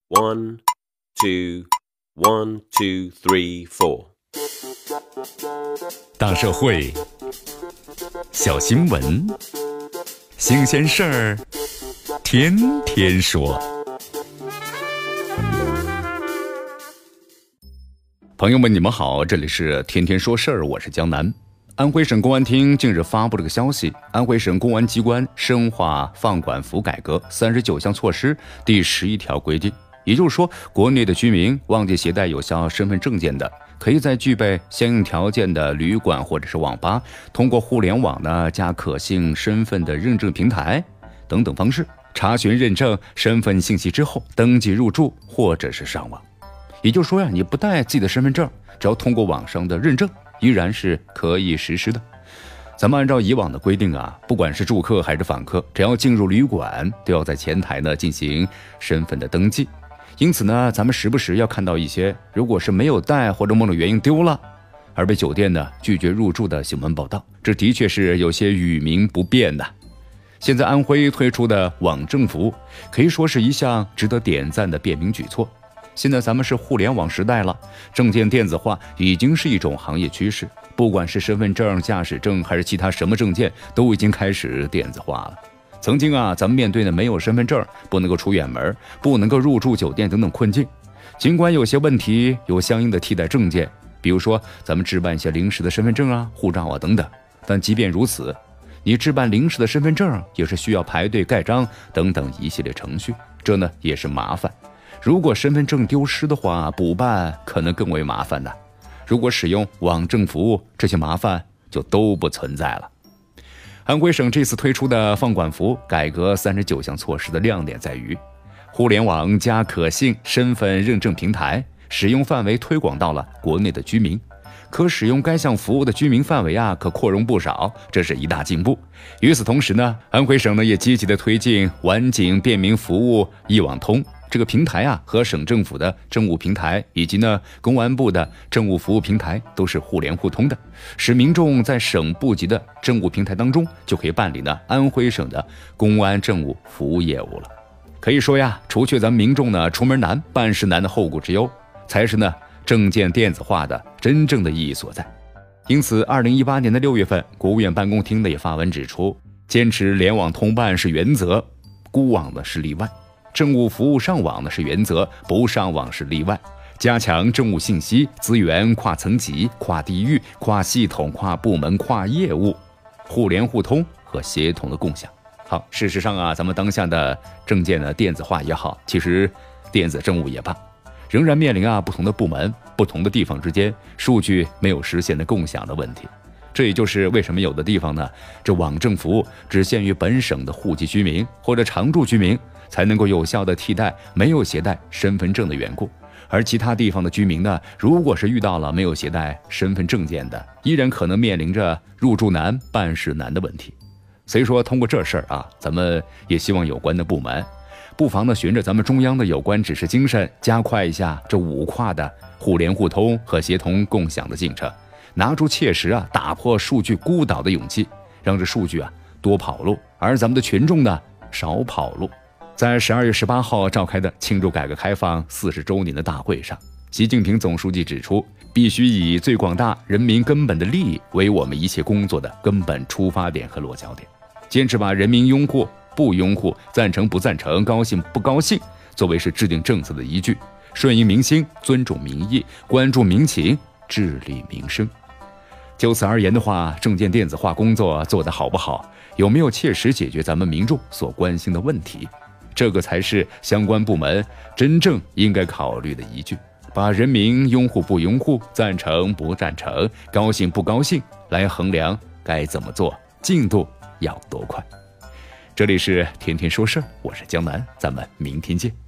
1, 2, 1, 2, 3, 4。 大社会，小新闻，新鲜事儿，天天说。朋友们，你们好，这里是天天说事儿，我是江南。安徽省公安厅近日发布了个消息，安徽省公安机关深化放管服改革39项措施第11条规定，也就是说，国内的居民忘记携带有效身份证件的，可以在具备相应条件的旅馆或者是网吧，通过互联网呢加可信身份的认证平台等等方式，查询认证身份信息之后登记入住或者是上网。也就是说你不带自己的身份证，只要通过网上的认证，依然是可以实施的。咱们按照以往的规定不管是住客还是访客，只要进入旅馆，都要在前台呢进行身份的登记。因此呢，咱们时不时要看到一些如果是没有带或者某种原因丢了，而被酒店呢拒绝入住的新闻报道，这的确是有些与民不便的。现在安徽推出的网证服务，可以说是一项值得点赞的便民举措。现在咱们是互联网时代了，证件电子化已经是一种行业趋势，不管是身份证、驾驶证还是其他什么证件，都已经开始电子化了。曾经咱们面对的没有身份证，不能够出远门，不能够入住酒店等等困境，尽管有些问题有相应的替代证件，比如说咱们置办一些临时的身份证护照等等，但即便如此，你置办临时的身份证也是需要排队盖章等等一系列程序，这呢也是麻烦。如果身份证丢失的话，补办可能更为麻烦的。如果使用网证服务，这些麻烦就都不存在了。安徽省这次推出的放管服改革39项措施的亮点在于，互联网加可信身份认证平台使用范围推广到了国内的居民，可使用该项服务的居民范围可扩容不少，这是一大进步。与此同时呢，安徽省呢也积极的推进晚景便民服务一网通。这个平台和省政府的政务平台以及呢公安部的政务服务平台都是互联互通的，使民众在省部级的政务平台当中就可以办理呢安徽省的公安政务服务业务了。可以说除去咱们民众呢出门难办事难的后顾之忧，才是呢证件电子化的真正的意义所在。因此2018年的6月份，国务院办公厅呢也发文指出，坚持联网通办是原则，孤网呢是例外，政务服务上网呢是原则，不上网是例外，加强政务信息资源跨层级、跨地域、跨系统、跨部门、跨业务互联互通和协同的共享。好，事实上咱们当下的证件呢电子化也好，其实电子政务也罢，仍然面临不同的部门、不同的地方之间数据没有实现的共享的问题。这也就是为什么有的地方呢，这网证服务只限于本省的户籍居民或者常住居民才能够有效的替代没有携带身份证的缘故，而其他地方的居民呢，如果是遇到了没有携带身份证件的，依然可能面临着入住难、办事难的问题。所以说通过这事儿咱们也希望有关的部门不妨呢循着咱们中央的有关指示精神，加快一下这5跨的互联互通和协同共享的进程，拿出切实打破数据孤岛的勇气，让这数据多跑路，而咱们的群众呢少跑路。在12月18号召开的庆祝改革开放40周年的大会上，习近平总书记指出，必须以最广大人民根本的利益为我们一切工作的根本出发点和落脚点，坚持把人民拥护、不拥护、赞成不赞成、高兴不高兴作为是制定政策的依据，顺应民心，尊重民意，关注民情，治理民生。就此而言的话，证件电子化工作做得好不好，有没有切实解决咱们民众所关心的问题，这个才是相关部门真正应该考虑的依据，把人民拥护不拥护、赞成不赞成、高兴不高兴来衡量该怎么做，进度要多快。这里是天天说事儿，我是江南，咱们明天见。